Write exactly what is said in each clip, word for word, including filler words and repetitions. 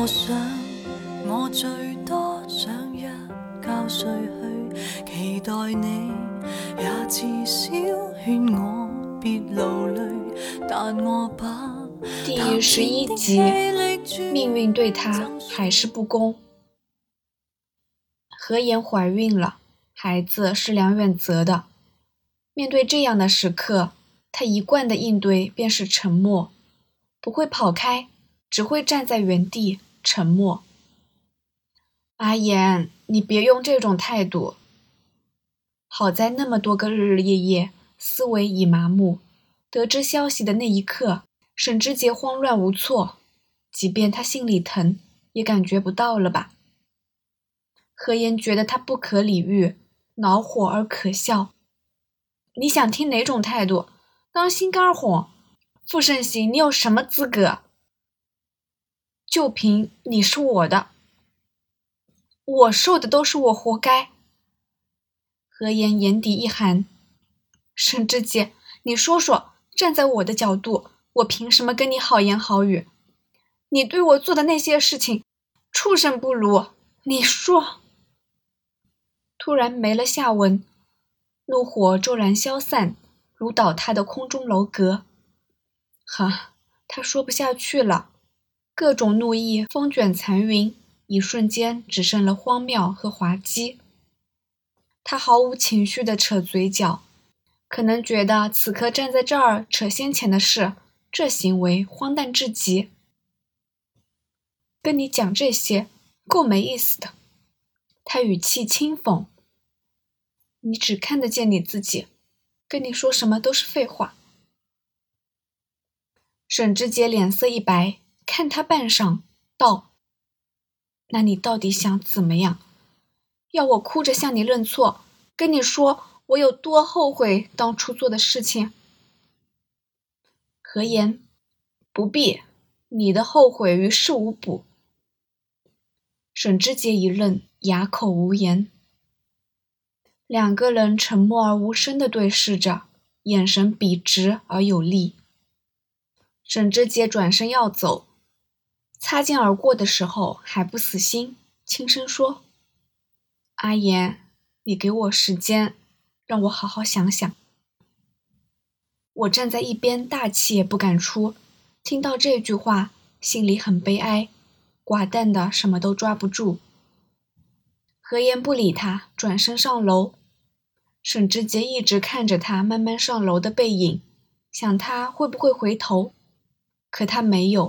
我想我最多想一觉睡去，期待你也至少劝我别流泪，但我把第十一集，命运对她还是不公。何妍怀孕了，孩子是梁远泽的。面对这样的时刻，她一贯的应对便是沉默，不会跑开，只会站在原地沉默。阿妍，你别用这种态度。好在那么多个日日夜夜，思维已麻木，得知消息的那一刻，沈之杰慌乱无措，即便他心里疼，也感觉不到了吧。何妍觉得他不可理喻，恼火而可笑。你想听哪种态度？当心肝火？傅盛行，你有什么资格？就凭你是我的，我受的都是我活该。何妍眼底一寒，沈之杰，你说说，站在我的角度，我凭什么跟你好言好语？你对我做的那些事情，畜生不如，你说。突然没了下文，怒火骤然消散，如倒塌的空中楼阁。哈，他说不下去了，各种怒意风卷残云，一瞬间只剩了荒谬和滑稽。他毫无情绪地扯嘴角，可能觉得此刻站在这儿扯先前的事，这行为荒诞至极。跟你讲这些，够没意思的。他语气轻讽，你只看得见你自己，跟你说什么都是废话。沈之杰脸色一白，看他半晌，道：那你到底想怎么样？要我哭着向你认错，跟你说我有多后悔当初做的事情？何妍，不必，你的后悔于事无补。沈之杰一愣，哑口无言。两个人沉默而无声地对视着，眼神笔直而有力。沈之杰转身要走，擦肩而过的时候还不死心，轻声说：阿妍，你给我时间，让我好好想想。我站在一边大气也不敢出，听到这句话心里很悲哀，寡淡的什么都抓不住。何妍不理他，转身上楼。沈之杰一直看着他慢慢上楼的背影，想他会不会回头，可他没有。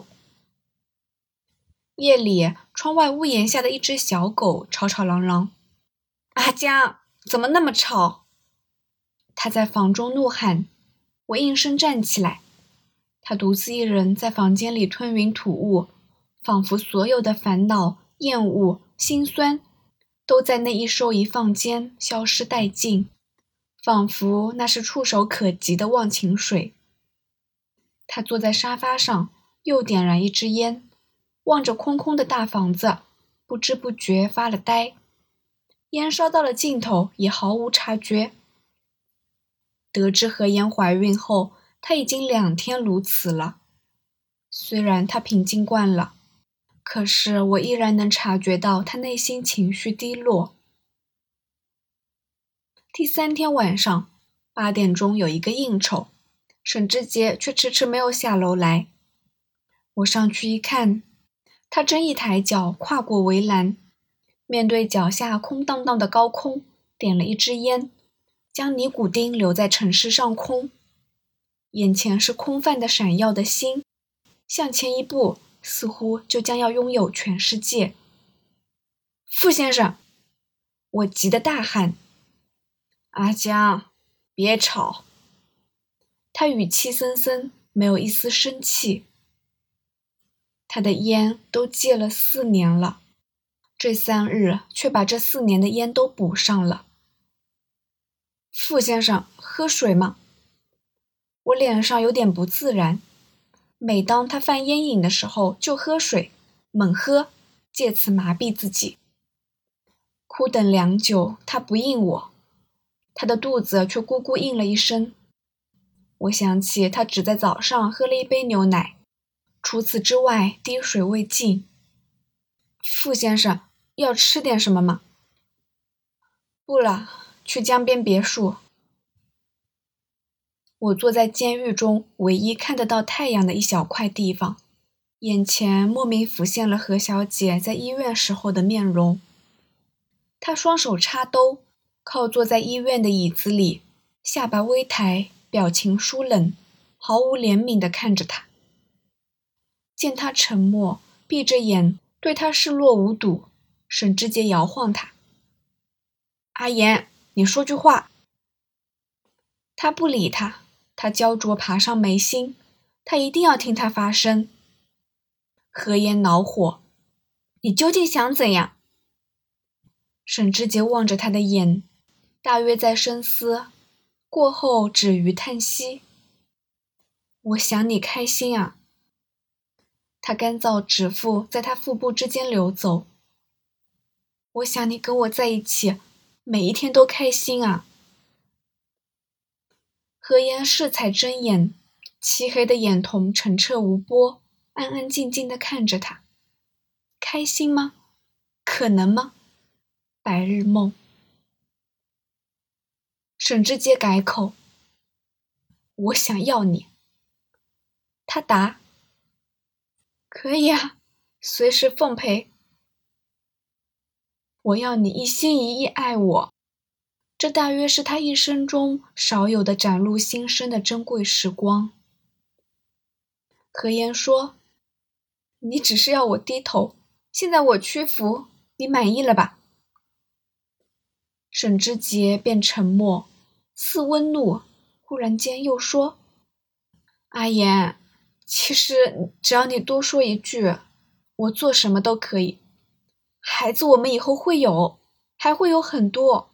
夜里，窗外屋檐下的一只小狗吵吵嚷嚷：阿江，怎么那么吵？他在房中怒喊，我应声站起来。他独自一人在房间里吞云吐雾，仿佛所有的烦恼、厌恶、心酸都在那一收一放间消失殆尽，仿佛那是触手可及的忘情水。他坐在沙发上，又点燃一支烟，望着空空的大房子，不知不觉发了呆。烟烧到了尽头，也毫无察觉。得知何妍怀孕后，她已经两天如此了。虽然她平静惯了，可是我依然能察觉到她内心情绪低落。第三天晚上，八点钟有一个应酬，沈之杰却迟迟没有下楼来。我上去一看，他正一抬脚跨过围栏，面对脚下空荡荡的高空，点了一支烟，将尼古丁留在城市上空。眼前是空泛的闪耀的星，向前一步，似乎就将要拥有全世界。傅先生，我急得大喊。阿江，别吵。他语气森森，没有一丝生气。他的烟都戒了四年了，这三日却把这四年的烟都补上了。傅先生，喝水吗？我脸上有点不自然，每当他犯烟瘾的时候就喝水，猛喝，借此麻痹自己。苦等良久，他不应我，他的肚子却咕咕应了一声。我想起他只在早上喝了一杯牛奶，除此之外滴水未进。 傅先生，要吃点什么吗？不了，去江边别墅。我坐在监狱中唯一看得到太阳的一小块地方，眼前莫名浮现了何小姐在医院时候的面容。她双手插兜，靠坐在医院的椅子里，下巴微抬，表情疏冷，毫无怜悯地看着她。见她沉默，闭着眼，对她视若无睹，沈志杰摇晃她：阿言，你说句话。她不理他，他焦灼爬上眉心，他一定要听他发声。何言恼火：你究竟想怎样？沈志杰望着他的眼，大约在深思，过后止于叹息。我想你开心啊。他干燥指腹在他腹部之间流走。我想你跟我在一起，每一天都开心啊。何言适才睁眼，漆黑的眼瞳澄澈无波，安安静静地看着他。开心吗？可能吗？白日梦。沈志杰改口：我想要你。他答：可以啊，随时奉陪。我要你一心一意爱我。这大约是他一生中少有的展露心声的珍贵时光。何言说：你只是要我低头，现在我屈服，你满意了吧？沈志杰便沉默，似温怒，忽然间又说：阿言，其实只要你多说一句，我做什么都可以。孩子我们以后会有，还会有很多。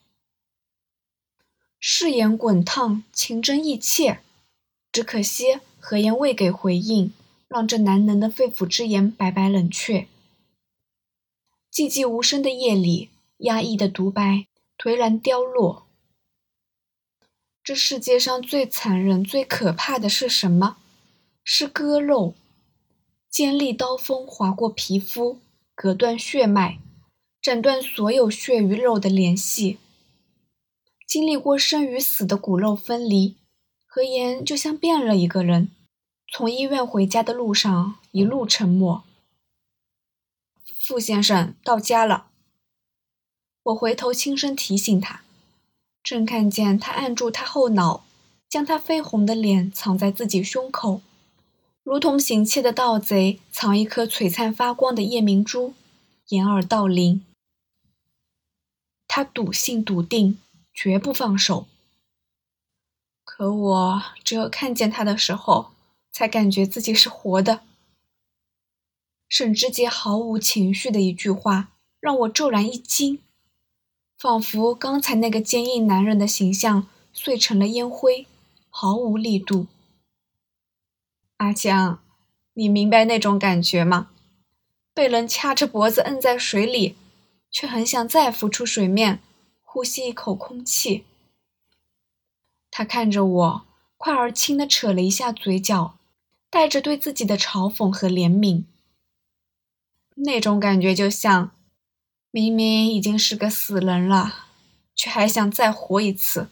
誓言滚烫，情真意切，只可惜何言未给回应，让这难能的肺腑之言白白冷却。寂寂无声的夜里，压抑的独白颓然凋落。这世界上最残忍、最可怕的是什么？是割肉。尖利刀锋划过皮肤，割断血脉，斩断所有血与肉的联系。经历过生与死的骨肉分离，何言就像变了一个人，从医院回家的路上一路沉默。傅先生，到家了。我回头轻声提醒他，正看见他按住他后脑，将他绯红的脸藏在自己胸口，如同行窃的盗贼藏一颗璀璨发光的夜明珠，掩耳盗铃。他笃信笃定，绝不放手。可我只有看见他的时候，才感觉自己是活的。沈志杰毫无情绪的一句话，让我骤然一惊，仿佛刚才那个坚硬男人的形象碎成了烟灰，毫无力度。阿江，你明白那种感觉吗？被人掐着脖子摁在水里，却很想再浮出水面，呼吸一口空气。他看着我，快而轻地扯了一下嘴角，带着对自己的嘲讽和怜悯。那种感觉就像，明明已经是个死人了，却还想再活一次。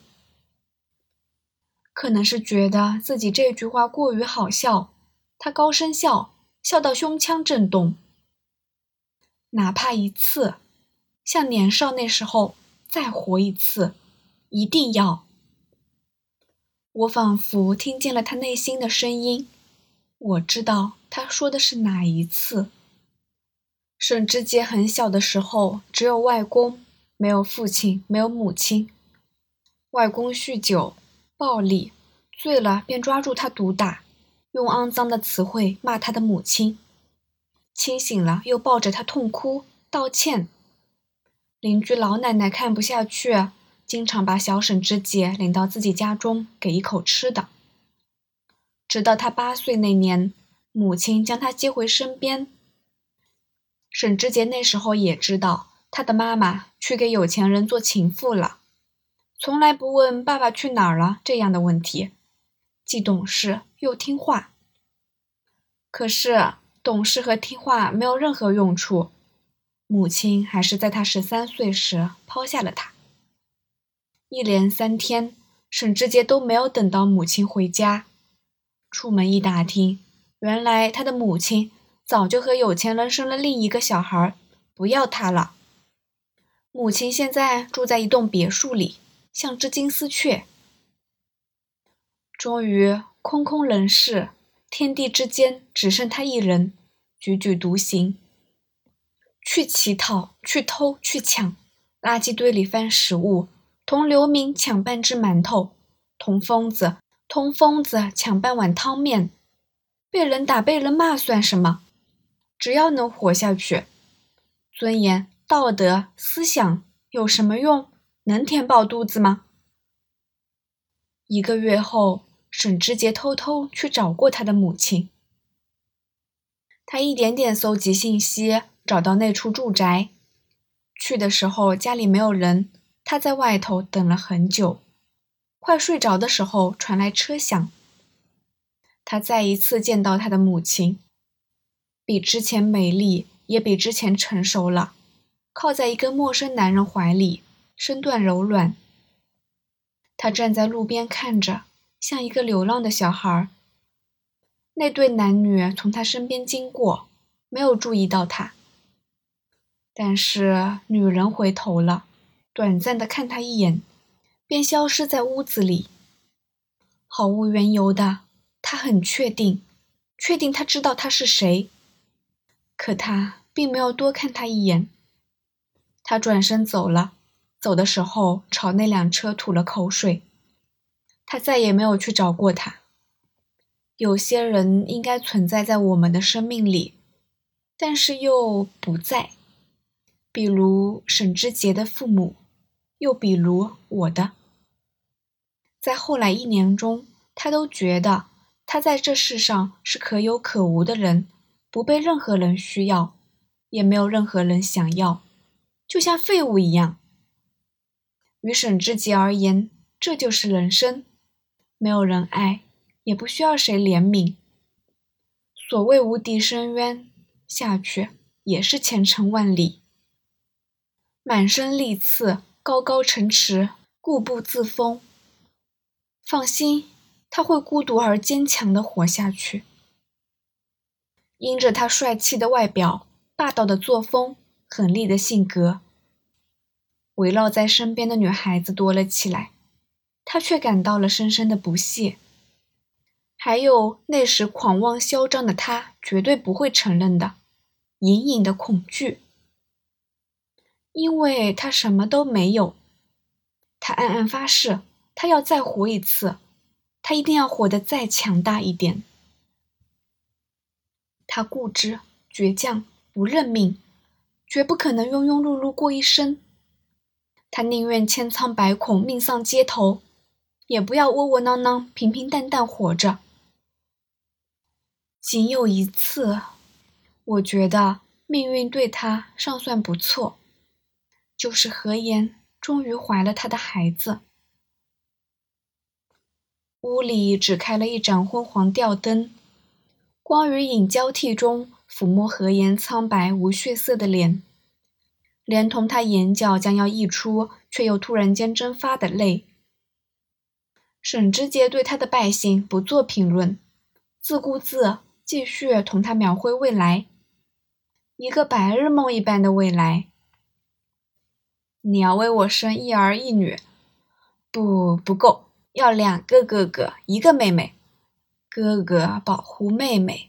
可能是觉得自己这句话过于好笑，他高声笑，笑到胸腔震动。哪怕一次，像年少那时候，再活一次，一定要。我仿佛听见了他内心的声音，我知道他说的是哪一次。沈志杰很小的时候，只有外公，没有父亲，没有母亲。外公酗酒，暴力，醉了便抓住他毒打，用肮脏的词汇骂他的母亲。清醒了又抱着他痛哭道歉。邻居老奶奶看不下去，经常把小沈志杰领到自己家中给一口吃的。直到他八岁那年，母亲将他接回身边。沈志杰那时候也知道他的妈妈去给有钱人做情妇了，从来不问爸爸去哪儿了这样的问题，既懂事又听话。可是懂事和听话没有任何用处， 母亲还是在他十三岁时抛下了他。一连三天，沈志杰都没有等到母亲回家。出门一打听，原来他的母亲早就和有钱人生了另一个小孩，不要他了。母亲现在住在一栋别墅里，像只金丝雀。终于空空人世，天地之间只剩他一人，踽踽独行。去乞讨，去偷，去抢，垃圾堆里翻食物，同流民抢半只馒头，同疯子同疯子抢半碗汤面。被人打被人骂算什么？只要能活下去，尊严、道德、思想有什么用？能填饱肚子吗？一个月后，沈志杰偷偷去找过他的母亲。他一点点搜集信息，找到那处住宅。去的时候家里没有人，他在外头等了很久。快睡着的时候传来车响。他再一次见到他的母亲，比之前美丽，也比之前成熟了，靠在一个陌生男人怀里，身段柔软。他站在路边看着，像一个流浪的小孩。那对男女从他身边经过，没有注意到他。但是女人回头了，短暂地看他一眼，便消失在屋子里。毫无缘由的，他很确定，确定他知道他是谁。可他并没有多看他一眼。他转身走了，走的时候朝那辆车吐了口水。他再也没有去找过他。有些人应该存在在我们的生命里，但是又不在。比如沈志杰的父母，又比如我的。在后来一年中，他都觉得他在这世上是可有可无的人，不被任何人需要，也没有任何人想要，就像废物一样。于沈志杰而言，这就是人生，没有人爱，也不需要谁怜悯。所谓无底深渊，下去也是前程万里。满身利刺，高高城池，固步自封。放心，他会孤独而坚强地活下去。因着他帅气的外表，霸道的作风，狠厉的性格，围绕在身边的女孩子多了起来，他却感到了深深的不屑。还有那时狂妄嚣张的他绝对不会承认的隐隐的恐惧。因为他什么都没有。他暗暗发誓，他要再活一次，他一定要活得再强大一点。他固执、倔强、不认命，绝不可能庸庸碌碌过一生。他宁愿千疮百孔，命丧街头，也不要窝窝囊囊、平平淡淡活着。仅有一次，我觉得命运对他尚算不错，就是何妍终于怀了他的孩子。屋里只开了一盏昏黄吊灯，光与影交替中抚摸何妍苍白无血色的脸，连同他眼角将要溢出却又突然间蒸发的泪。沈志杰对他的败兴不做评论，自顾自继续同他描绘未来，一个白日梦一般的未来。你要为我生一儿一女，不不够，要两个哥哥一个妹妹，哥哥保护妹妹。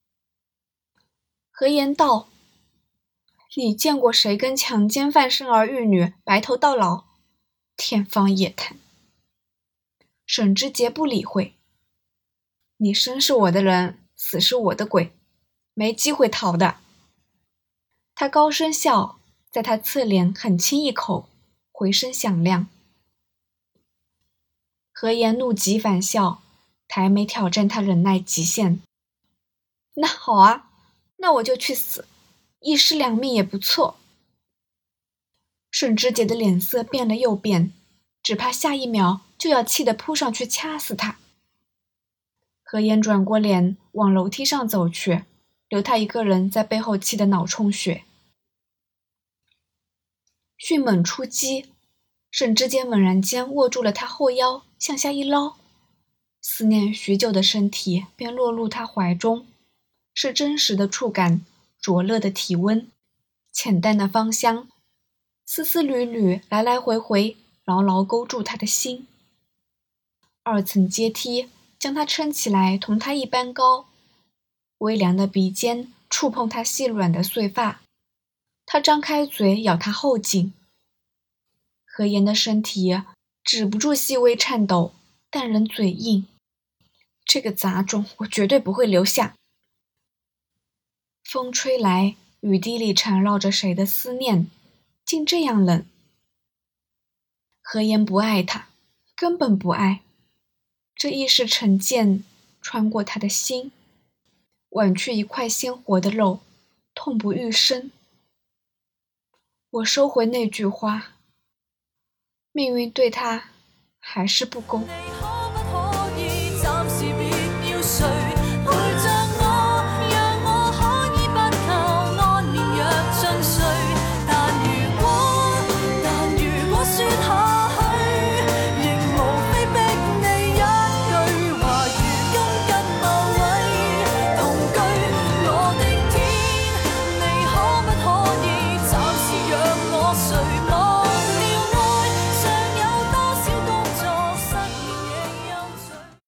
何妍道：你见过谁跟强奸犯生儿育女，白头到老？天方夜谭。沈志杰不理会，你生是我的人，死是我的鬼，没机会逃的。他高声笑，在他侧脸狠亲一口，回声响亮。何妍怒极反笑，抬眉挑战他忍耐极限。那好啊，那我就去死，一尸两命也不错。沈志杰的脸色变了又变，只怕下一秒就要气得扑上去掐死他。何妍转过脸往楼梯上走去，留他一个人在背后气得脑充血。 迅猛出击，沈之间猛然间握住了他后腰，向下一捞，思念许久的身体便落入他怀中，是真实的触感，灼热的体温，浅淡的芳香，丝丝缕缕，来来回回，牢牢勾住他的心。二层阶梯将他撑起来，同他一般高，微凉的鼻尖触碰他细软的碎发，他张开嘴咬他后颈。何言的身体止不住细微颤抖，但仍嘴硬。这个杂种我绝对不会留下。风吹来，雨滴里缠绕着谁的思念，竟这样冷。何言不爱他，根本不爱。这意识成剑，穿过他的心，剜去一块鲜活的肉，痛不欲生。我收回那句话，命运对他还是不公。